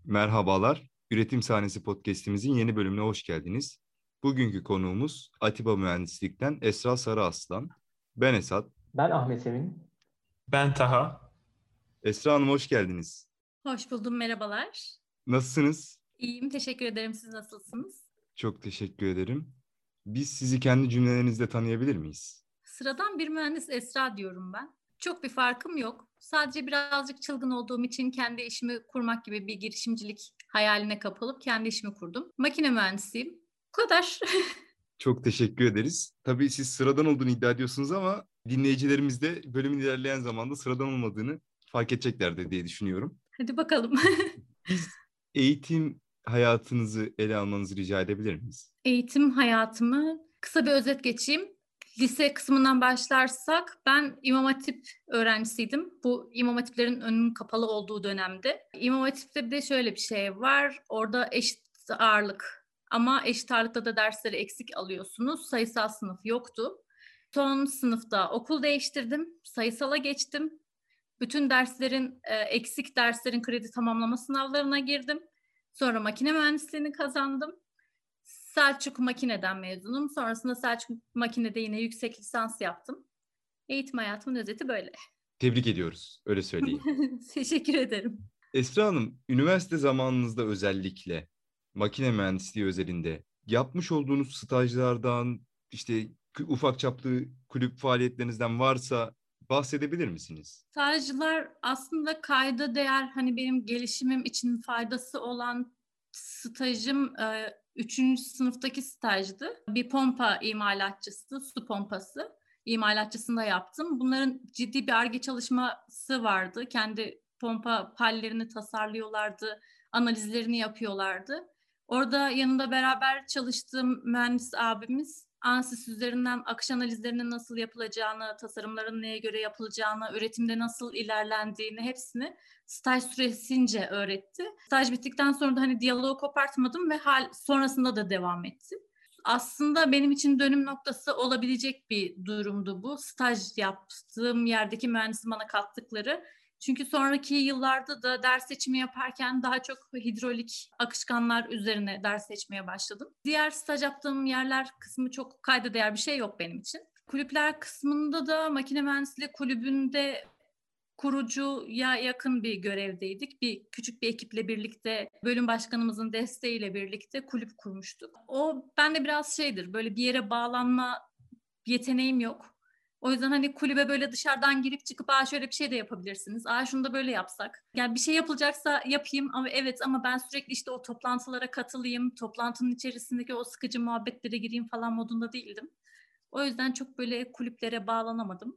Merhabalar, Üretim Sahnesi Podcast'imizin yeni bölümüne hoş geldiniz. Bugünkü konuğumuz Atiba Mühendislik'ten Esra Sarıaslan. Ben Esat. Ben Ahmet Emin. Ben Taha. Esra Hanım hoş geldiniz. Hoş buldum, merhabalar. Nasılsınız? İyiyim, teşekkür ederim. Siz nasılsınız? Çok teşekkür ederim. Biz sizi kendi cümlelerinizle tanıyabilir miyiz? Sıradan bir mühendis Esra diyorum ben. Çok bir farkım yok. Sadece birazcık çılgın olduğum için kendi işimi kurmak gibi bir girişimcilik hayaline kapılıp kendi işimi kurdum. Makine mühendisiyim. Bu kadar. Çok teşekkür ederiz. Tabii siz sıradan olduğunu iddia ediyorsunuz ama dinleyicilerimiz de bölümün ilerleyen zamanda sıradan olmadığını fark edeceklerdir diye düşünüyorum. Hadi bakalım. Biz eğitim hayatınızı ele almanızı rica edebilir miyiz? Eğitim hayatımı kısa bir özet geçeyim. Lise kısmından başlarsak ben İmam Hatip öğrencisiydim. Bu İmam Hatiplerin önünün kapalı olduğu dönemde. İmam Hatip'te bir de şöyle bir şey var. Orada eşit ağırlık ama eşit ağırlıkta da dersleri eksik alıyorsunuz. Sayısal sınıf yoktu. Son sınıfta okul değiştirdim. Sayısala geçtim. Bütün eksik derslerin kredi tamamlama sınavlarına girdim. Sonra makine mühendisliğini kazandım. Selçuk Makine'den mezunum. Sonrasında Selçuk Makine'de yine yüksek lisans yaptım. Eğitim hayatımın özeti böyle. Tebrik ediyoruz, öyle söyleyeyim. Teşekkür ederim. Esra Hanım, üniversite zamanınızda özellikle makine mühendisliği özelinde yapmış olduğunuz stajlardan, işte ufak çaplı kulüp faaliyetlerinizden varsa bahsedebilir misiniz? Stajlar aslında kayda değer, hani benim gelişimim için faydası olan stajım 3. sınıftaki stajdı. Bir pompa imalatçısı, su pompası imalatçısında yaptım. Bunların ciddi bir Ar-Ge çalışması vardı. Kendi pompa pallerini tasarlıyorlardı, analizlerini yapıyorlardı. Orada yanında beraber çalıştığım mühendis abimiz ANSYS üzerinden akış analizlerinin nasıl yapılacağını, tasarımların neye göre yapılacağını, üretimde nasıl ilerlendiğini hepsini staj süresince öğretti. Staj bittikten sonra da hani diyaloğu kopartmadım ve sonrasında da devam ettim. Aslında benim için dönüm noktası olabilecek bir durumdu bu. Staj yaptığım yerdeki mühendisin bana kattıkları. Çünkü sonraki yıllarda da ders seçimi yaparken daha çok hidrolik akışkanlar üzerine ders seçmeye başladım. Diğer staj yaptığım yerler kısmı çok kayda değer bir şey yok benim için. Kulüpler kısmında da makine mühendisliği kulübünde kurucuya yakın bir görevdeydik. Küçük bir ekiple birlikte, bölüm başkanımızın desteğiyle birlikte kulüp kurmuştuk. O bende biraz böyle bir yere bağlanma yeteneğim yok. O yüzden hani kulübe böyle dışarıdan girip çıkıp şöyle bir şey de yapabilirsiniz. Şunu da böyle yapsak. Yani bir şey yapılacaksa yapayım ama ben sürekli işte o toplantılara katılayım. Toplantının içerisindeki o sıkıcı muhabbetlere gireyim falan modunda değildim. O yüzden çok böyle kulüplere bağlanamadım.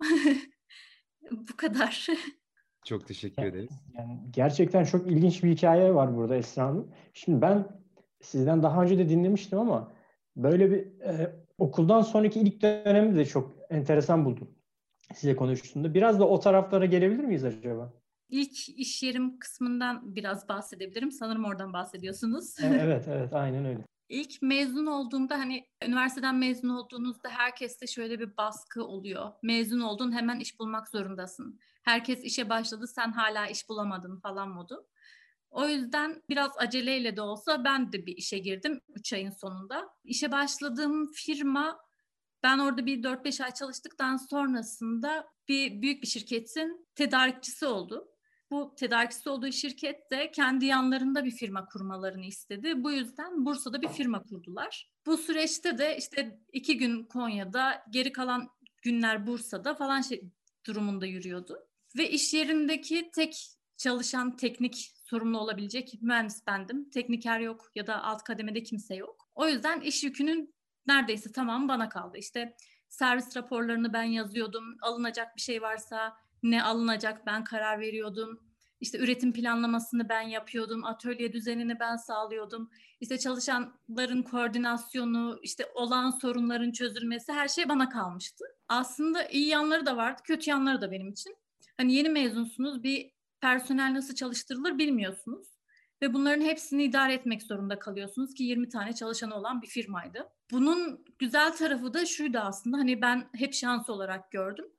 Bu kadar. Çok teşekkür ederiz. Yani gerçekten çok ilginç bir hikaye var burada Esra Hanım. Şimdi ben sizden daha önce de dinlemiştim ama böyle bir okuldan sonraki ilk dönemi de çok enteresan buldum size konuştuğumda. Biraz da o taraflara gelebilir miyiz acaba? İlk iş yerim kısmından biraz bahsedebilirim. Sanırım oradan bahsediyorsunuz. Evet, aynen öyle. İlk mezun olduğumda hani üniversiteden mezun olduğunuzda herkeste şöyle bir baskı oluyor. Mezun oldun, hemen iş bulmak zorundasın. Herkes işe başladı, sen hala iş bulamadın falan modu. O yüzden biraz aceleyle de olsa ben de bir işe girdim 3 ayın sonunda. İşe başladığım firma, ben orada bir 4-5 ay çalıştıktan sonrasında büyük bir şirketin tedarikçisi oldu. Bu tedarikçisi olduğu şirket de kendi yanlarında bir firma kurmalarını istedi. Bu yüzden Bursa'da bir firma kurdular. Bu süreçte de işte 2 gün Konya'da, geri kalan günler Bursa'da falan durumunda yürüyordu. Ve iş yerindeki tek çalışan, teknik sorumlu olabilecek mühendis bendim. Tekniker yok ya da alt kademede kimse yok. O yüzden iş yükünün neredeyse tamamı bana kaldı. İşte servis raporlarını ben yazıyordum. Alınacak bir şey varsa ne alınacak ben karar veriyordum. İşte üretim planlamasını ben yapıyordum. Atölye düzenini ben sağlıyordum. İşte çalışanların koordinasyonu, işte olan sorunların çözülmesi, her şey bana kalmıştı. Aslında iyi yanları da vardı, kötü yanları da benim için. Hani yeni mezunsunuz, bir personel nasıl çalıştırılır bilmiyorsunuz. Ve bunların hepsini idare etmek zorunda kalıyorsunuz ki 20 tane çalışanı olan bir firmaydı. Bunun güzel tarafı da şuydu aslında, hani ben hep şans olarak gördüm.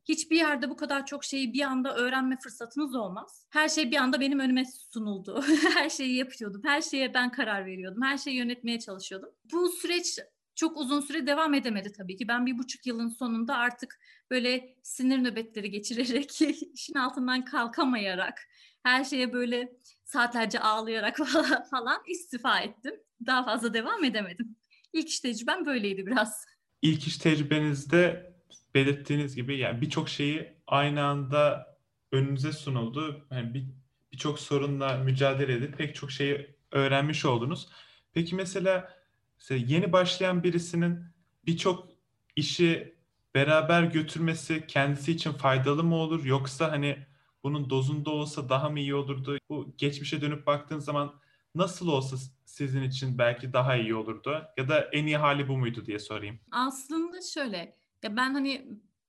hiçbir yerde bu kadar çok şeyi bir anda öğrenme fırsatınız olmaz. Her şey bir anda benim önüme sunuldu. Her şeyi yapıyordum. Her şeye ben karar veriyordum. Her şeyi yönetmeye çalışıyordum. Bu süreç çok uzun süre devam edemedi tabii ki. Ben 1,5 yılın sonunda artık böyle sinir nöbetleri geçirerek, işin altından kalkamayarak, her şeye böyle saatlerce ağlayarak falan istifa ettim. Daha fazla devam edemedim. İlk iş tecrübem böyleydi biraz. İlk iş tecrübenizde belirttiğiniz gibi yani birçok şeyi aynı anda önünüze sunuldu. Yani birçok sorunla mücadele edip pek çok şeyi öğrenmiş oldunuz. Peki mesela yeni başlayan birisinin birçok işi beraber götürmesi kendisi için faydalı mı olur? Yoksa hani bunun dozunda olsa daha mı iyi olurdu? Bu geçmişe dönüp baktığın zaman nasıl olsa sizin için belki daha iyi olurdu? Ya da en iyi hali bu muydu diye sorayım. Aslında şöyle, ya ben hani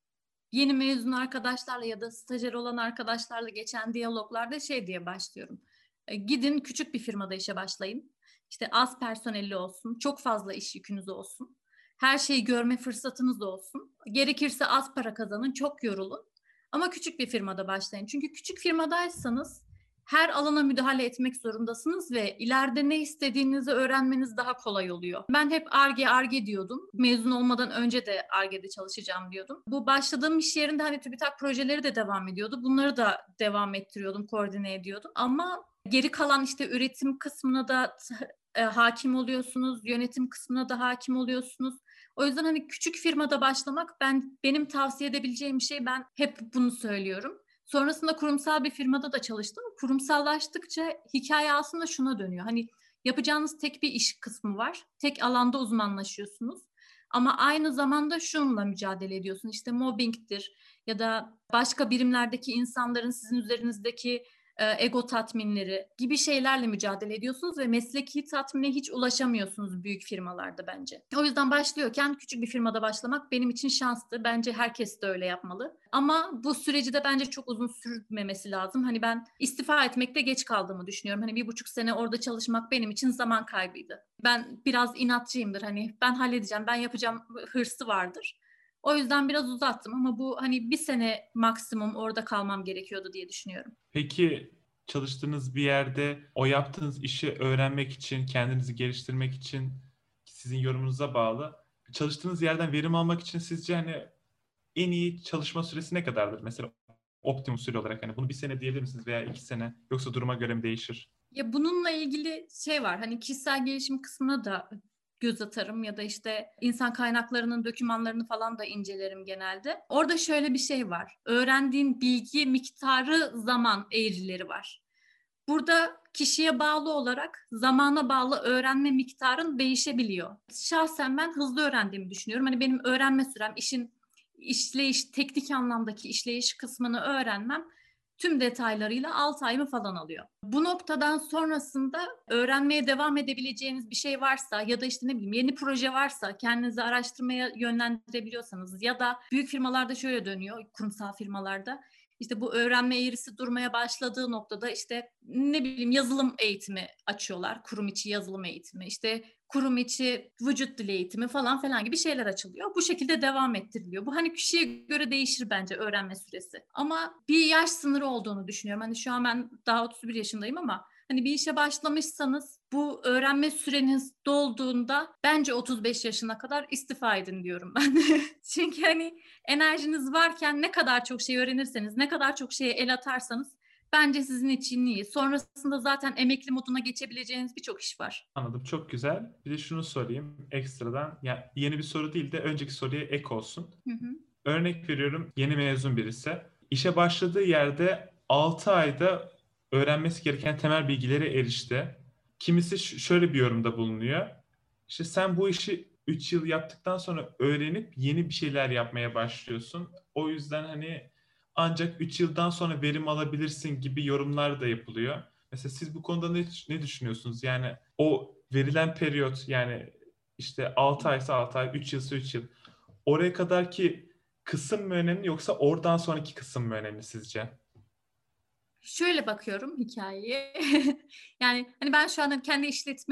yeni mezun arkadaşlarla ya da stajyer olan arkadaşlarla geçen diyaloglarda şey diye başlıyorum. Gidin küçük bir firmada işe başlayın. İşte az personelli olsun, çok fazla iş yükünüz olsun. Her şeyi görme fırsatınız olsun. Gerekirse az para kazanın, çok yorulun. Ama küçük bir firmada başlayın. Çünkü küçük firmadaysanız her alana müdahale etmek zorundasınız ve ileride ne istediğinizi öğrenmeniz daha kolay oluyor. Ben hep Ar-Ge diyordum. Mezun olmadan önce de Ar-Ge'de çalışacağım diyordum. Bu başladığım iş yerinde hani TÜBİTAK projeleri de devam ediyordu. Bunları da devam ettiriyordum, koordine ediyordum. Ama geri kalan işte üretim kısmına da hakim oluyorsunuz, yönetim kısmına da hakim oluyorsunuz. O yüzden hani küçük firmada başlamak benim tavsiye edebileceğim bir şey. Ben hep bunu söylüyorum. Sonrasında kurumsal bir firmada da çalıştım. Kurumsallaştıkça hikaye aslında şuna dönüyor. Hani yapacağınız tek bir iş kısmı var. Tek alanda uzmanlaşıyorsunuz. Ama aynı zamanda şununla mücadele ediyorsun. İşte mobbingdir ya da başka birimlerdeki insanların sizin üzerinizdeki ego tatminleri gibi şeylerle mücadele ediyorsunuz ve mesleki tatmine hiç ulaşamıyorsunuz büyük firmalarda bence. O yüzden başlıyorken küçük bir firmada başlamak benim için şanstı. Bence herkes de öyle yapmalı. Ama bu süreci de bence çok uzun sürmemesi lazım. Hani ben istifa etmekte geç kaldığımı düşünüyorum. Hani 1,5 sene orada çalışmak benim için zaman kaybıydı. Ben biraz inatçıyımdır. Hani ben halledeceğim, ben yapacağım hırsı vardır. O yüzden biraz uzattım ama bu hani 1 sene maksimum orada kalmam gerekiyordu diye düşünüyorum. Peki çalıştığınız bir yerde o yaptığınız işi öğrenmek için, kendinizi geliştirmek için sizin yorumunuza bağlı. Çalıştığınız yerden verim almak için sizce hani en iyi çalışma süresi ne kadardır? Mesela optimum süre olarak hani bunu 1 sene diyebilir misiniz veya 2 sene? Yoksa duruma göre mi değişir? Ya bununla ilgili şey var. Hani kişisel gelişim kısmına da göz atarım ya da işte insan kaynaklarının dokümanlarını falan da incelerim genelde. Orada şöyle bir şey var. Öğrendiğin bilgi miktarı zaman eğrileri var. Burada kişiye bağlı olarak zamana bağlı öğrenme miktarın değişebiliyor. Şahsen ben hızlı öğrendiğimi düşünüyorum. Hani benim öğrenme sürem, işin işleyiş, teknik anlamdaki işleyiş kısmını öğrenmem tüm detaylarıyla 6 ayımı falan alıyor. Bu noktadan sonrasında öğrenmeye devam edebileceğiniz bir şey varsa ya da işte ne bileyim yeni proje varsa kendinizi araştırmaya yönlendirebiliyorsanız ya da büyük firmalarda şöyle dönüyor, kurumsal firmalarda. İşte bu öğrenme eğrisi durmaya başladığı noktada işte ne bileyim yazılım eğitimi açıyorlar. Kurum içi yazılım eğitimi, işte kurum içi vücut dili eğitimi falan gibi şeyler açılıyor. Bu şekilde devam ettiriliyor. Bu hani kişiye göre değişir bence öğrenme süresi. Ama bir yaş sınırı olduğunu düşünüyorum. Hani şu an ben daha 31 yaşındayım ama hani bir işe başlamışsanız bu öğrenme süreniz dolduğunda bence 35 yaşına kadar istifa edin diyorum ben. Çünkü hani enerjiniz varken ne kadar çok şey öğrenirseniz, ne kadar çok şeye el atarsanız bence sizin için iyi. Sonrasında zaten emekli moduna geçebileceğiniz birçok iş var. Anladım. Çok güzel. Bir de şunu sorayım ekstradan. Yani yeni bir soru değil de önceki soruya ek olsun. Hı hı. Örnek veriyorum, yeni mezun birisi. İşe başladığı yerde 6 ayda öğrenmesi gereken temel bilgilere erişti. Kimisi şöyle bir yorumda bulunuyor. İşte sen bu işi 3 yıl yaptıktan sonra öğrenip yeni bir şeyler yapmaya başlıyorsun. O yüzden hani ancak 3 yıldan sonra verim alabilirsin gibi yorumlar da yapılıyor. Mesela siz bu konuda ne düşünüyorsunuz? Yani o verilen periyot, yani işte 6 aysa 6 ay, 3 yılsa 3 yıl. Oraya kadarki kısım mı önemli yoksa oradan sonraki kısım mı önemli sizce? Şöyle bakıyorum hikayeye. Yani hani ben şu anda kendi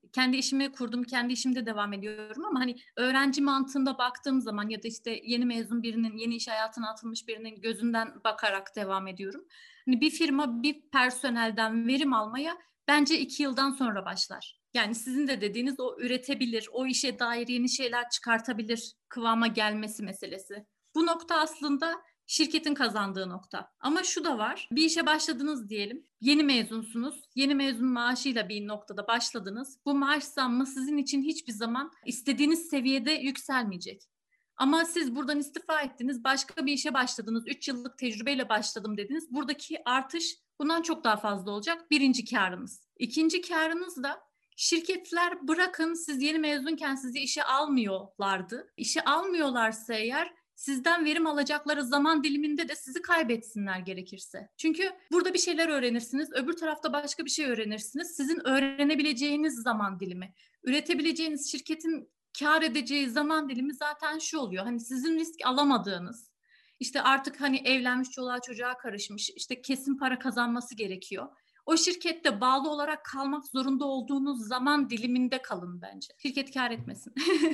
kendi işimi kurdum, kendi işimde devam ediyorum ama hani öğrenci mantığında baktığım zaman ya da işte yeni mezun birinin, yeni iş hayatına atılmış birinin gözünden bakarak devam ediyorum. Hani bir firma bir personelden verim almaya bence 2 yıldan sonra başlar. Yani sizin de dediğiniz o üretebilir, o işe dair yeni şeyler çıkartabilir kıvama gelmesi meselesi. Bu nokta aslında şirketin kazandığı nokta. Ama şu da var. Bir işe başladınız diyelim. Yeni mezunsunuz. Yeni mezun maaşıyla bir noktada başladınız. Bu maaş zammı sizin için hiçbir zaman istediğiniz seviyede yükselmeyecek. Ama siz buradan istifa ettiniz. Başka bir işe başladınız. 3 yıllık tecrübeyle başladım dediniz. Buradaki artış bundan çok daha fazla olacak. Birinci karınız. İkinci karınız da şirketler bırakın siz yeni mezunken sizi işe almıyorlardı. İşe almıyorlarsa eğer sizden verim alacakları zaman diliminde de sizi kaybetsinler gerekirse. Çünkü burada bir şeyler öğrenirsiniz, öbür tarafta başka bir şey öğrenirsiniz. Sizin öğrenebileceğiniz zaman dilimi, üretebileceğiniz şirketin kar edeceği zaman dilimi zaten şu oluyor. Hani sizin risk alamadığınız, işte artık hani evlenmiş, çoluğa çocuğa karışmış, işte kesin para kazanması gerekiyor. O şirkette bağlı olarak kalmak zorunda olduğunuz zaman diliminde kalın bence. Şirket kar etmesin.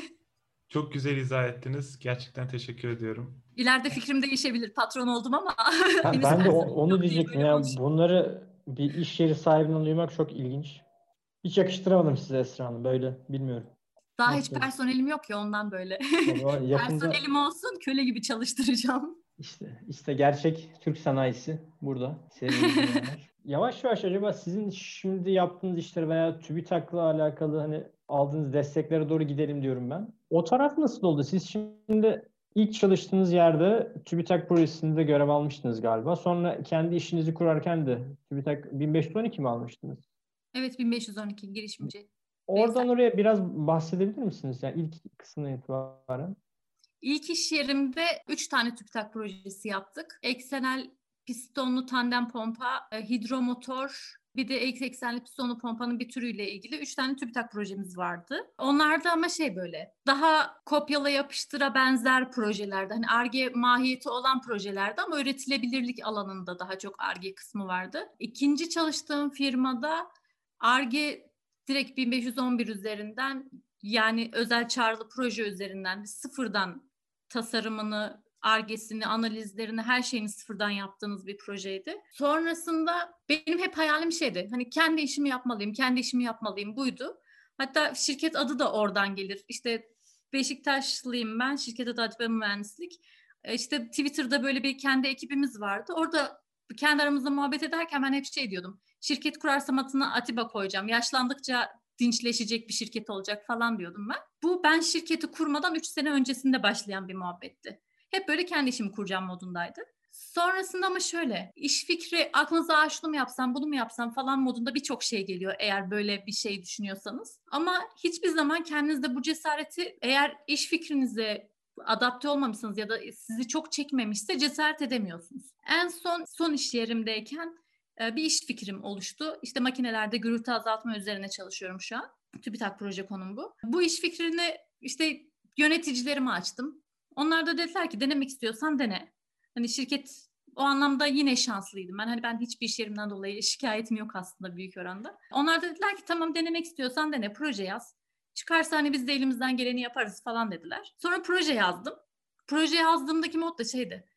Çok güzel izah ettiniz. Gerçekten teşekkür ediyorum. İleride fikrim değişebilir. Patron oldum ama henüz Ben de felsefem onu yok diye diyecektim. böyle Yani konuşuyorum. bunları bir iş yeri sahibinden duymak çok ilginç. Hiç yakıştıramadım size Esra Hanım. Böyle bilmiyorum. Daha hiç Nasıl olur? personelim yok ya ondan böyle. O zaman yakında Personelim olsun, köle gibi çalıştıracağım. işte gerçek Türk sanayisi burada sevgili dinleyenler. Yavaş yavaş acaba sizin şimdi yaptığınız işler veya TÜBİTAK'la alakalı hani aldığınız desteklere doğru gidelim diyorum ben. O taraf nasıl oldu? Siz şimdi ilk çalıştığınız yerde TÜBİTAK projesinde görev almıştınız galiba. Sonra kendi işinizi kurarken de TÜBİTAK 1512 mi almıştınız? Evet, 1512 girişimci. Oradan oraya biraz bahsedebilir misiniz? Yani ilk kısmına itibaren. İlk iş yerimde 3 tane TÜBİTAK projesi yaptık. Eksenel pistonlu tandem pompa, hidromotor, bir de eksenli pistonlu pompanın bir türüyle ilgili 3 tane TÜBİTAK projemiz vardı. Onlarda ama böyle daha kopyala yapıştıra benzer projelerde. Hani Ar-Ge mahiyeti olan projelerde ama üretilebilirlik alanında daha çok Ar-Ge kısmı vardı. İkinci çalıştığım firmada Ar-Ge direkt 1511 üzerinden, yani özel çağrılı proje üzerinden sıfırdan tasarımını, Ar-Ge'sini, analizlerini, her şeyini sıfırdan yaptığınız bir projeydi. Sonrasında benim hep hayalim hani kendi işimi yapmalıyım, kendi işimi yapmalıyım buydu. Hatta şirket adı da oradan gelir. İşte Beşiktaşlıyım ben, şirket adı Atiba Mühendislik. İşte Twitter'da böyle bir kendi ekibimiz vardı. Orada kendi aramızda muhabbet ederken ben hep diyordum. Şirket kurarsam adına Atiba koyacağım. Yaşlandıkça dinçleşecek bir şirket olacak falan diyordum ben. Bu ben şirketi kurmadan 3 sene öncesinde başlayan bir muhabbetti. Hep böyle kendi işimi kuracağım modundaydı. Sonrasında ama iş fikri aklınıza şunu mu yapsam, bunu mu yapsam falan modunda birçok şey geliyor eğer böyle bir şey düşünüyorsanız. Ama hiçbir zaman kendinizde bu cesareti, eğer iş fikrinize adapte olmamışsınız ya da sizi çok çekmemişse cesaret edemiyorsunuz. En son iş yerimdeyken bir iş fikrim oluştu. İşte makinelerde gürültü azaltma üzerine çalışıyorum şu an. TÜBİTAK proje konum bu. Bu iş fikrini yöneticilerime açtım. Onlar da dediler ki denemek istiyorsan dene. Hani şirket o anlamda yine şanslıydım. Ben hiçbir iş yerimden dolayı şikayetim yok aslında büyük oranda. Onlar da dediler ki tamam, denemek istiyorsan dene, proje yaz. Çıkarsa hani biz de elimizden geleni yaparız falan dediler. Sonra proje yazdım. Proje yazdığımdaki mod da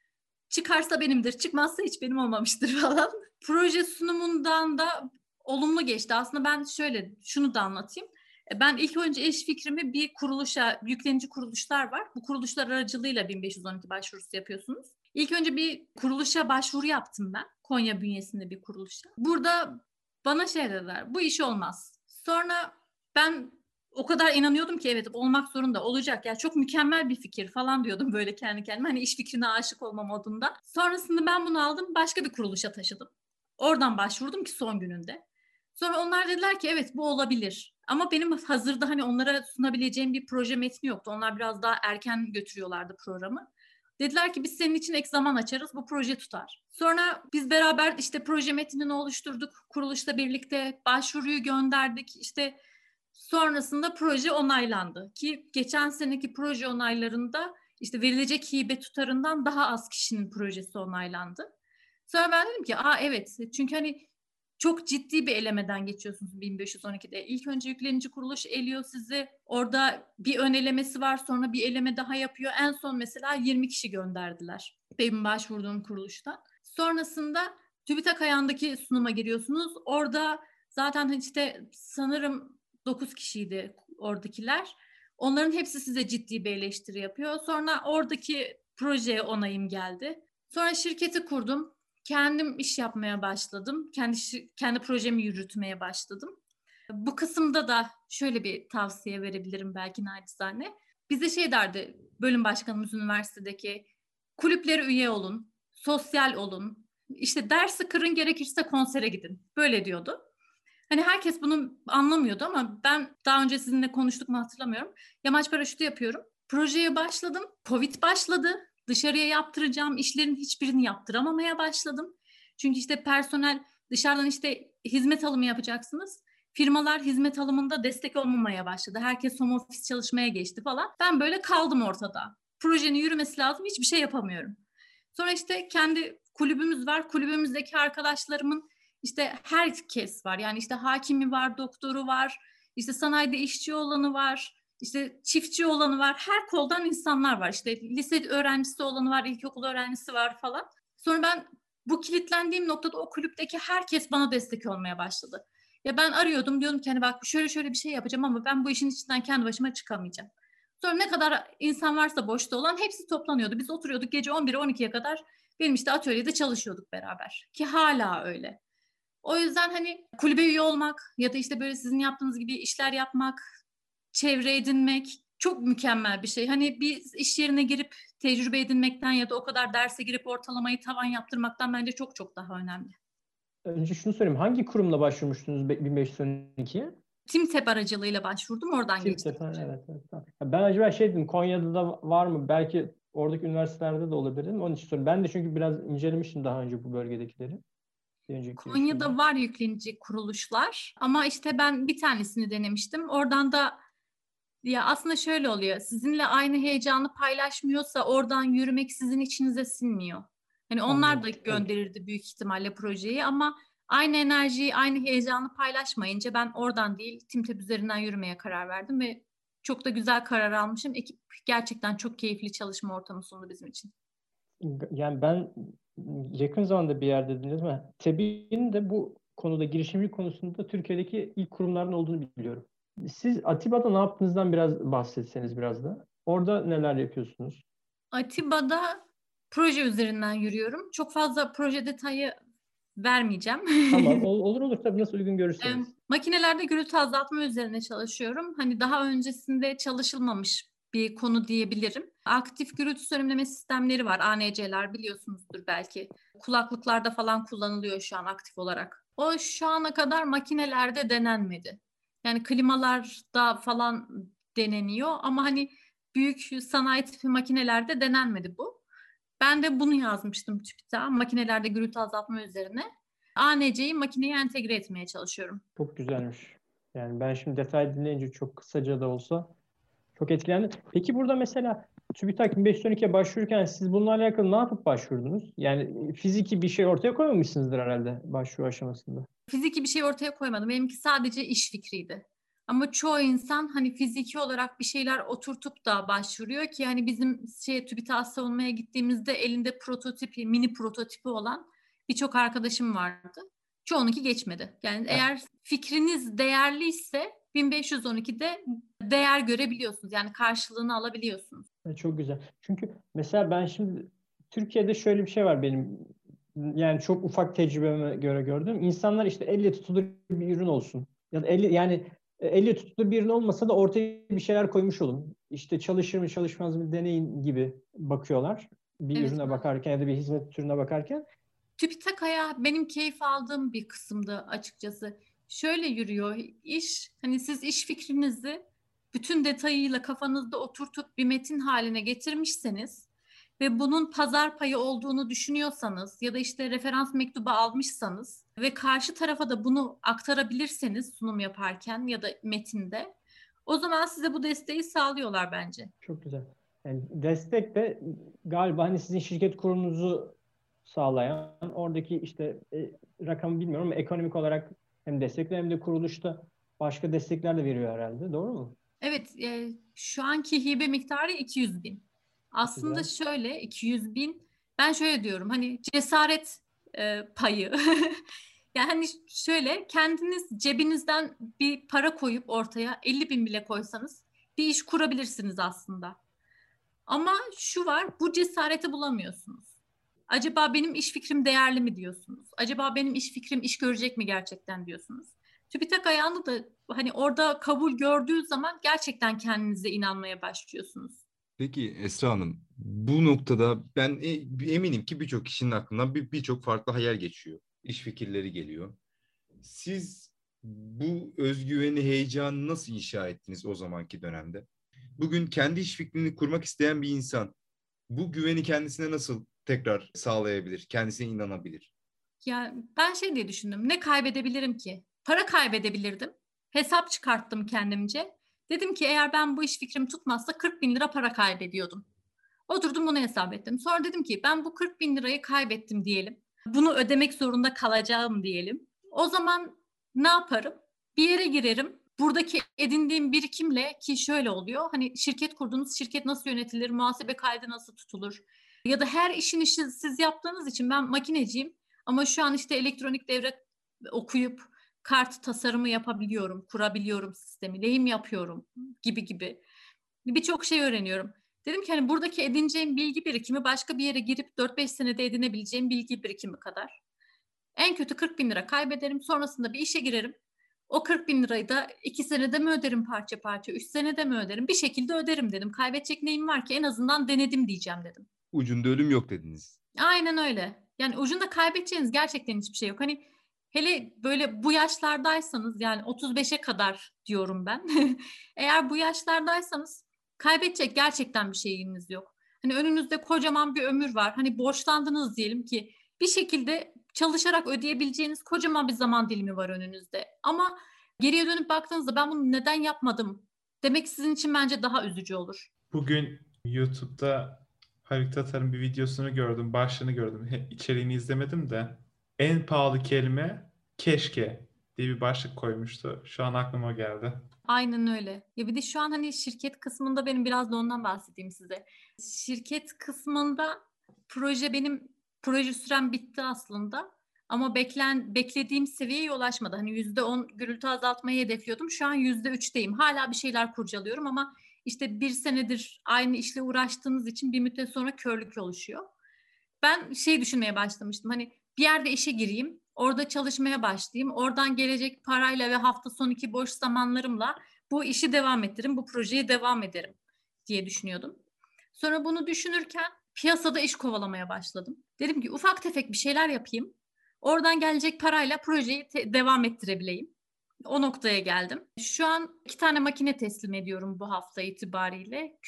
çıkarsa benimdir, çıkmazsa hiç benim olmamıştır falan. Proje sunumundan da olumlu geçti. Aslında ben şunu da anlatayım. Ben ilk önce iş fikrimi bir kuruluşa, yüklenici kuruluşlar var. Bu kuruluşlar aracılığıyla 1512 başvurusu yapıyorsunuz. İlk önce bir kuruluşa başvuru yaptım ben. Konya bünyesinde bir kuruluşa. Burada bana dediler, bu iş olmaz. Sonra ben o kadar inanıyordum ki evet olmak zorunda, olacak. Yani çok mükemmel bir fikir falan diyordum böyle kendi kendime. Hani iş fikrine aşık olma modunda. Sonrasında ben bunu aldım, başka bir kuruluşa taşıdım. Oradan başvurdum ki son gününde. Sonra onlar dediler ki evet bu olabilir. Ama benim hazırda hani onlara sunabileceğim bir proje metni yoktu. Onlar biraz daha erken götürüyorlardı programı. Dediler ki biz senin için ek zaman açarız, bu proje tutar. Sonra biz beraber proje metnini oluşturduk. Kuruluşla birlikte başvuruyu gönderdik. Sonrasında proje onaylandı. Ki geçen seneki proje onaylarında verilecek hibe tutarından daha az kişinin projesi onaylandı. Sonra ben dedim ki evet, çünkü hani çok ciddi bir elemeden geçiyorsunuz 1512'de. İlk önce yüklenici kuruluş eliyor sizi. Orada bir ön elemesi var, sonra bir eleme daha yapıyor. En son mesela 20 kişi gönderdiler benim başvurduğum kuruluştan. Sonrasında TÜBİTAK ayağındaki sunuma giriyorsunuz. Orada zaten işte sanırım 9 kişiydi oradakiler. Onların hepsi size ciddi bir eleştiri yapıyor. Sonra oradaki projeye onayım geldi. Sonra şirketi kurdum. Kendim iş yapmaya başladım. Kendi projemi yürütmeye başladım. Bu kısımda da şöyle bir tavsiye verebilirim belki naçizane. Bize şey derdi bölüm başkanımız üniversitedeki, kulüplere üye olun, sosyal olun, işte dersi kırın, gerekirse konsere gidin. Böyle diyordu. Hani herkes bunu anlamıyordu ama ben daha önce sizinle konuştuk mu hatırlamıyorum. Yamaç paraşütü yapıyorum. Projeye başladım. Covid başladı. Dışarıya yaptıracağım işlerin hiçbirini yaptıramamaya başladım. Çünkü işte personel dışarıdan işte hizmet alımı yapacaksınız. Firmalar hizmet alımında destek olmamaya başladı. Herkes home office çalışmaya geçti falan. Ben böyle kaldım ortada. Projenin yürümesi lazım. Hiçbir şey yapamıyorum. Sonra işte kendi kulübümüz var. Kulübümüzdeki arkadaşlarımın işte herkes var. Yani işte hakimi var, doktoru var, işte sanayide işçi olanı var, işte çiftçi olanı var. Her koldan insanlar var. İşte lise öğrencisi olanı var, ilkokul öğrencisi var falan. Sonra ben bu kilitlendiğim noktada o kulüpteki herkes bana destek olmaya başladı. Ya ben arıyordum, diyordum ki hani bak şöyle bir şey yapacağım ama ben bu işin içinden kendi başıma çıkamayacağım. Sonra ne kadar insan varsa boşta olan hepsi toplanıyordu. Biz oturuyorduk gece 11'e 12'ye kadar benim işte atölyede çalışıyorduk beraber. Ki hala öyle. O yüzden hani kulübe üye olmak ya da işte böyle sizin yaptığınız gibi işler yapmak, çevre edinmek çok mükemmel bir şey. Hani bir iş yerine girip tecrübe edinmekten ya da o kadar derse girip ortalamayı tavan yaptırmaktan bence çok çok daha önemli. Önce şunu sorayım. Hangi kurumla başvurmuştunuz 1512'ye? TİMTEP aracılığıyla başvurdum, oradan geçtim. Evet. Tamam. Ben acaba şey dedim, Konya'da da var mı? Belki oradaki üniversitelerde de olabilir mi? Onun için soruyorum. Ben de çünkü biraz incelemiştim daha önce bu bölgedekileri. Konya'da var yüklenici kuruluşlar ama işte ben bir tanesini denemiştim. Oradan da ya aslında şöyle oluyor. Sizinle aynı heyecanı paylaşmıyorsa oradan yürümek sizin içinize sinmiyor. Hani onlar da gönderirdi büyük ihtimalle projeyi ama aynı enerjiyi, aynı heyecanı paylaşmayınca ben oradan değil TİMTEP üzerinden yürümeye karar verdim ve çok da güzel karar almışım. Ekip gerçekten çok keyifli çalışma ortamı sundu bizim için. Yani ben yakın zamanda bir yerde dinledim ama TEBİ'nin de bu konuda, girişimcilik konusunda Türkiye'deki ilk kurumların olduğunu biliyorum. Siz Atiba'da ne yaptığınızdan biraz bahsetseniz biraz da. Orada neler yapıyorsunuz? Atiba'da proje üzerinden yürüyorum. Çok fazla proje detayı vermeyeceğim. Tamam, olur tabii, nasıl uygun görürseniz. Makinelerde gürültü azaltma üzerine çalışıyorum. Hani daha öncesinde çalışılmamış bir konu diyebilirim. Aktif gürültü sönümleme sistemleri var. ANC'ler biliyorsunuzdur belki. Kulaklıklarda falan kullanılıyor şu an aktif olarak. O şu ana kadar makinelerde denenmedi. Yani klimalarda falan deneniyor ama hani büyük sanayi tipi makinelerde denenmedi bu. Ben de bunu yazmıştım TÜBİTAK'a makinelerde gürültü azaltma üzerine. ANC'yi makineye entegre etmeye çalışıyorum. Çok güzelmiş. Yani ben şimdi detay dinleyince çok kısaca da olsa çok etkilendim. Peki burada mesela TÜBİTAK 1512'ye başvururken siz bununla alakalı ne yapıp başvurdunuz? Yani fiziki bir şey ortaya koymamışsınızdır herhalde başvuru aşamasında. Fiziki bir şey ortaya koymadım. Benimki sadece iş fikriydi. Ama çoğu insan hani fiziki olarak bir şeyler oturtup da başvuruyor ki hani bizim TÜBİTAK'a savunmaya gittiğimizde elinde prototipi, mini prototipi olan birçok arkadaşım vardı. Çoğununki geçmedi. Yani eğer fikriniz değerliyse 1512'de değer görebiliyorsunuz. Yani karşılığını alabiliyorsunuz. Çok güzel. Çünkü mesela ben şimdi Türkiye'de şöyle bir şey var benim, yani çok ufak tecrübeme göre gördüm. İnsanlar işte elle tutulur bir ürün olsun. Ya da elle tutulur bir ürün olmasa da ortaya bir şeyler koymuş olun. İşte çalışır mı çalışmaz mı deneyin gibi bakıyorlar. Bir Evet. ürüne bakarken ya da bir hizmet türüne bakarken. TÜBİTAK'a benim keyif aldığım bir kısımdı açıkçası. Şöyle yürüyor iş, hani siz iş fikrinizi bütün detayıyla kafanızda oturtup bir metin haline getirmişseniz ve bunun pazar payı olduğunu düşünüyorsanız ya da işte referans mektubu almışsanız ve karşı tarafa da bunu aktarabilirseniz sunum yaparken ya da metinde, o zaman size bu desteği sağlıyorlar bence. Çok güzel. Yani destek de galiba hani sizin şirket kurumunuzu sağlayan, oradaki işte rakamı bilmiyorum ama ekonomik olarak hem destekler hem de kuruluşta başka destekler de veriyor herhalde. Doğru mu? Evet, şu anki hibe miktarı 200 bin. Aslında Güzel. şöyle 200 bin, ben şöyle diyorum hani cesaret payı. Yani hani şöyle kendiniz cebinizden bir para koyup ortaya 50 bin bile koysanız bir iş kurabilirsiniz aslında. Ama şu var, bu cesareti bulamıyorsunuz. Acaba benim iş fikrim değerli mi diyorsunuz? Acaba benim iş fikrim iş görecek mi gerçekten diyorsunuz? TÜBİTAK ayağında da hani orada kabul gördüğü zaman gerçekten kendinize inanmaya başlıyorsunuz. Peki Esra Hanım, bu noktada ben eminim ki birçok kişinin aklından birçok farklı hayal geçiyor. İş fikirleri geliyor. Siz bu özgüveni, heyecanı nasıl inşa ettiniz o zamanki dönemde? Bugün kendi iş fikrini kurmak isteyen bir insan bu güveni kendisine nasıl tekrar sağlayabilir, kendisine inanabilir? Ya ben şey diye düşündüm. Ne kaybedebilirim ki? Para kaybedebilirdim. Hesap çıkarttım kendimce. Dedim ki eğer ben bu iş fikrim tutmazsa 40 bin lira para kaybediyordum. Oturdum bunu hesap ettim. Sonra dedim ki ben bu 40 bin lirayı kaybettim diyelim. Bunu ödemek zorunda kalacağım diyelim. O zaman ne yaparım? Bir yere girerim. Buradaki edindiğim birikimle, ki şöyle oluyor. Hani şirket kurdunuz, şirket nasıl yönetilir, muhasebe kaydı nasıl tutulur? Ya da her işi siz yaptığınız için ben makineciyim. Ama şu an işte elektronik devre okuyup kart tasarımı yapabiliyorum, kurabiliyorum sistemi, lehim yapıyorum gibi gibi. Birçok şey öğreniyorum. Dedim ki hani buradaki edineceğim bilgi birikimi başka bir yere girip 4-5 senede edinebileceğim bilgi birikimi kadar. En kötü 40 bin lira kaybederim. Sonrasında bir işe girerim. O 40 bin lirayı da 2 senede mi öderim parça parça, 3 senede mi öderim? Bir şekilde öderim dedim. Kaybedecek neyim var ki, en azından denedim diyeceğim dedim. Ucunda ölüm yok dediniz. Aynen öyle. Yani ucunda kaybedeceğiniz gerçekten hiçbir şey yok. Hani hele böyle bu yaşlardaysanız, yani 35'e kadar diyorum ben. Eğer bu yaşlardaysanız kaybedecek gerçekten bir şeyiniz yok. Hani önünüzde kocaman bir ömür var. Hani borçlandınız diyelim ki, bir şekilde çalışarak ödeyebileceğiniz kocaman bir zaman dilimi var önünüzde. Ama geriye dönüp baktığınızda ben bunu neden yapmadım demek sizin için bence daha üzücü olur. Bugün YouTube'da Haluk Tatar'ın bir videosunu gördüm, başlığını gördüm. İçeriğini izlemedim de. En pahalı kelime keşke diye bir başlık koymuştu. Şu an aklıma geldi. Aynen öyle. Ya bir de şu an hani şirket kısmında benim biraz da ondan bahsedeyim size. Şirket kısmında proje sürem bitti aslında. Ama beklediğim seviyeye ulaşmadı. Hani %10 gürültü azaltmayı hedefliyordum. Şu an %3'teyim. Hala bir şeyler kurcalıyorum ama işte bir senedir aynı işle uğraştığınız için bir müddet sonra körlük oluşuyor. Ben şey düşünmeye başlamıştım. Hani bir yerde işe gireyim, orada çalışmaya başlayayım. Oradan gelecek parayla ve hafta sonraki boş zamanlarımla bu işi devam ettiririm, bu projeyi devam ederim diye düşünüyordum. Sonra bunu düşünürken piyasada iş kovalamaya başladım. Dedim ki ufak tefek bir şeyler yapayım. Oradan gelecek parayla projeyi devam ettirebileyim. O noktaya geldim. Şu an 2 tane makine teslim ediyorum bu hafta itibariyle.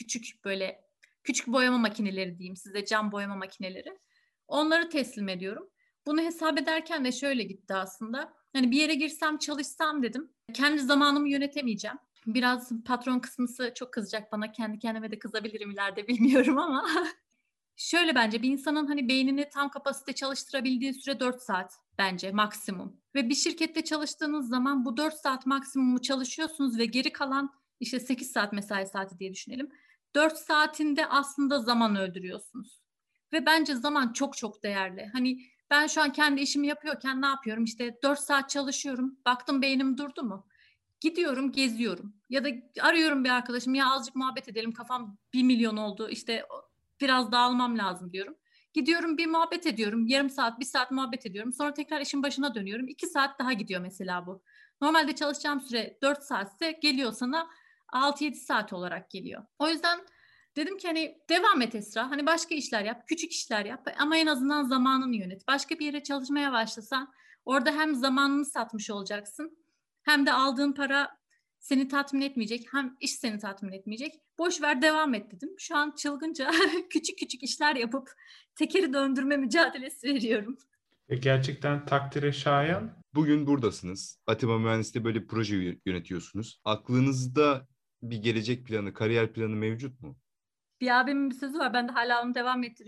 Küçük boyama makineleri diyeyim size, cam boyama makineleri. Onları teslim ediyorum. Bunu hesap ederken de şöyle gitti aslında. Hani bir yere girsem çalışsam dedim. Kendi zamanımı yönetemeyeceğim. Biraz patron kısmısı çok kızacak bana. Kendi kendime de kızabilirim ileride, bilmiyorum ama. Şöyle, bence bir insanın hani beynini tam kapasite çalıştırabildiği süre 4 saat bence maksimum. Ve bir şirkette çalıştığınız zaman bu 4 saat maksimumu çalışıyorsunuz ve geri kalan işte 8 saat mesai saati diye düşünelim. 4 saatinde aslında zaman öldürüyorsunuz. Ve bence zaman çok çok değerli. Hani ben şu an kendi işimi yapıyorken ne yapıyorum? İşte 4 saat çalışıyorum. Baktım beynim durdu mu? Gidiyorum, geziyorum. Ya da arıyorum bir arkadaşım, ya azıcık muhabbet edelim, kafam 1 milyon oldu. İşte biraz dağılmam lazım diyorum. Gidiyorum, bir muhabbet ediyorum. Yarım saat, 1 saat muhabbet ediyorum. Sonra tekrar işin başına dönüyorum. 2 saat daha gidiyor mesela bu. Normalde çalışacağım süre 4 saatse geliyor sana 6-7 saat olarak geliyor. O yüzden dedim ki hani devam et Esra. Hani başka işler yap, küçük işler yap ama en azından zamanını yönet. Başka bir yere çalışmaya başlasan orada hem zamanını satmış olacaksın, hem de aldığın para seni tatmin etmeyecek, hem iş seni tatmin etmeyecek. Boş ver, devam et dedim. Şu an çılgınca küçük küçük işler yapıp tekeri döndürme mücadelesi veriyorum. Gerçekten takdire şayan. Bugün buradasınız. Atima Mühendisliği'de böyle bir proje yönetiyorsunuz. Aklınızda bir gelecek planı, kariyer planı mevcut mu? Bir abimin bir sözü var, ben de hala onu devam ettiriyorum.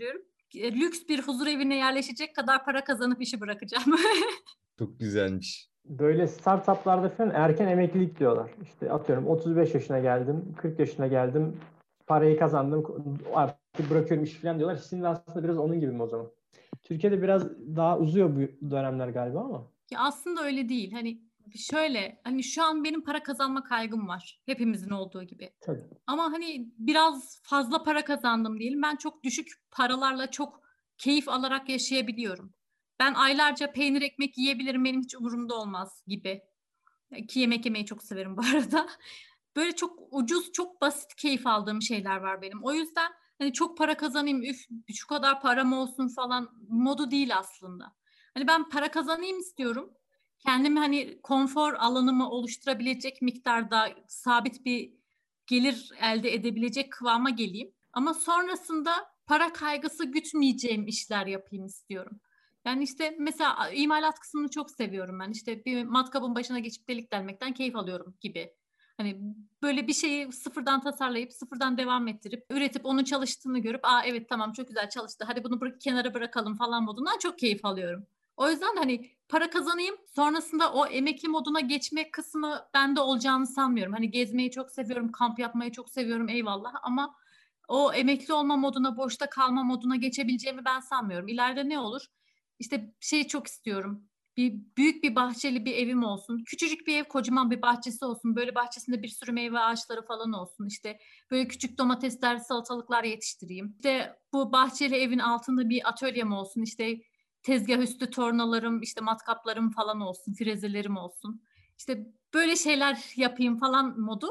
lüks bir huzur evine yerleşecek kadar para kazanıp işi bırakacağım. Çok güzelmiş. Böyle startuplarda falan erken emeklilik diyorlar. İşte atıyorum 35 yaşına geldim, 40 yaşına geldim, parayı kazandım, artık bırakıyorum işi falan diyorlar. Şimdi aslında biraz onun gibi mi o zaman? Türkiye'de biraz daha uzuyor bu dönemler galiba ama. Ya aslında öyle değil. Hani şöyle, hani şu an benim para kazanma kaygım var. Hepimizin olduğu gibi. Tabii. Ama hani biraz fazla para kazandım diyelim. Ben çok düşük paralarla çok keyif alarak yaşayabiliyorum. Ben aylarca peynir ekmek yiyebilirim. Benim hiç umurumda olmaz gibi. Ki yemek yemeyi çok severim bu arada. Böyle çok ucuz, çok basit keyif aldığım şeyler var benim. O yüzden hani çok para kazanayım, üf şu kadar param olsun falan modu değil aslında. Hani ben para kazanayım istiyorum. Kendimi hani konfor alanımı oluşturabilecek miktarda sabit bir gelir elde edebilecek kıvama geleyim. Ama sonrasında para kaygısı gütmeyeceğim işler yapayım istiyorum. Yani işte mesela imalat kısmını çok seviyorum ben. İşte bir matkabın başına geçip delik delmekten keyif alıyorum gibi. Hani böyle bir şeyi sıfırdan tasarlayıp sıfırdan devam ettirip üretip onun çalıştığını görüp evet tamam çok güzel çalıştı. Hadi bunu kenara bırakalım falan modundan çok keyif alıyorum. O yüzden hani para kazanayım sonrasında o emekli moduna geçme kısmı bende olacağını sanmıyorum. Hani gezmeyi çok seviyorum, kamp yapmayı çok seviyorum eyvallah ama o emekli olma moduna, boşta kalma moduna geçebileceğimi ben sanmıyorum. İleride ne olur? İşte şey çok istiyorum. Büyük bir bahçeli bir evim olsun. Küçücük bir ev, kocaman bir bahçesi olsun. Böyle bahçesinde bir sürü meyve ağaçları falan olsun. İşte böyle küçük domatesler, salatalıklar yetiştireyim. İşte bu bahçeli evin altında bir atölyem olsun. İşte tezgah üstü tornalarım, işte matkaplarım falan olsun, frezelerim olsun. İşte böyle şeyler yapayım falan modu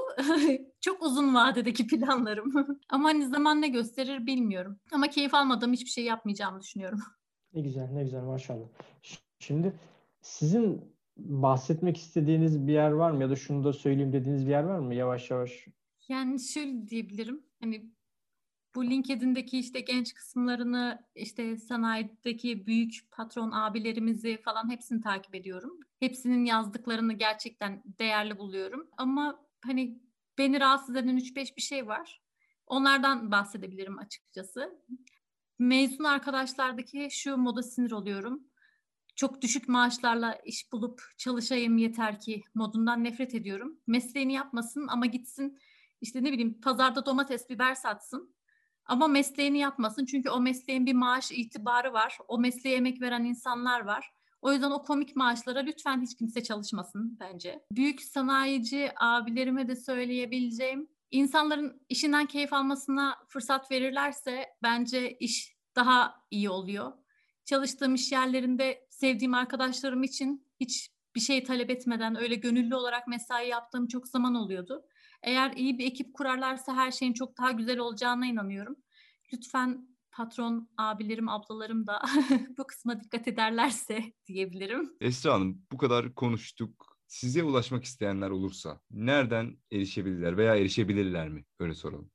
çok uzun vadedeki planlarım. Ama hani zaman ne gösterir bilmiyorum. Ama keyif almadığım hiçbir şey yapmayacağımı düşünüyorum. Ne güzel, ne güzel maşallah. Şimdi sizin bahsetmek istediğiniz bir yer var mı ya da şunu da söyleyeyim dediğiniz bir yer var mı? Yavaş yavaş. Yani şöyle diyebilirim. Hani bu LinkedIn'deki işte genç kısımlarını, işte sanayideki büyük patron abilerimizi falan hepsini takip ediyorum. Hepsinin yazdıklarını gerçekten değerli buluyorum. Ama hani beni rahatsız eden 3-5 bir şey var. Onlardan bahsedebilirim açıkçası. Mezun arkadaşlardaki şu moda sinir oluyorum. Çok düşük maaşlarla iş bulup çalışayım yeter ki modundan nefret ediyorum. Mesleğini yapmasın ama gitsin işte ne bileyim pazarda domates, biber satsın. Ama mesleğini yapmasın çünkü o mesleğin bir maaş itibarı var. O mesleğe emek veren insanlar var. O yüzden o komik maaşlara lütfen hiç kimse çalışmasın bence. Büyük sanayici abilerime de söyleyebileceğim, insanların işinden keyif almasına fırsat verirlerse bence iş daha iyi oluyor. Çalıştığım iş yerlerinde sevdiğim arkadaşlarım için hiç bir şey talep etmeden öyle gönüllü olarak mesai yaptığım çok zaman oluyordu. Eğer iyi bir ekip kurarlarsa her şeyin çok daha güzel olacağına inanıyorum. Lütfen patron abilerim, ablalarım da bu kısma dikkat ederlerse diyebilirim. Esra Hanım, bu kadar konuştuk. Size ulaşmak isteyenler olursa nereden erişebilirler veya erişebilirler mi? Öyle soralım.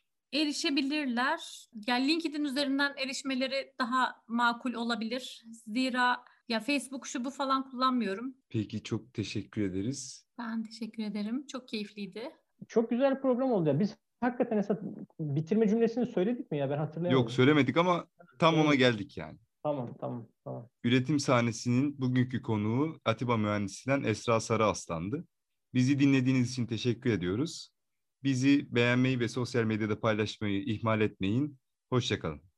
Erişebilirler. Yani LinkedIn üzerinden erişmeleri daha makul olabilir. Zira ya Facebook şu bu falan kullanmıyorum. Peki, çok teşekkür ederiz. Ben teşekkür ederim. Çok keyifliydi. Çok güzel bir program oldu ya. Biz hakikaten Esat bitirme cümlesini söyledik mi ya? Ben Yok, hatırlayamadım. söylemedik ama tam ona Söylemedik. geldik yani. Tamam, tamam, tamam. Üretim sahnesinin bugünkü konuğu Atiba Mühendisliği'nden Esra Sarıaslan'dı. Bizi dinlediğiniz için teşekkür ediyoruz. Bizi beğenmeyi ve sosyal medyada paylaşmayı ihmal etmeyin. Hoşça kalın.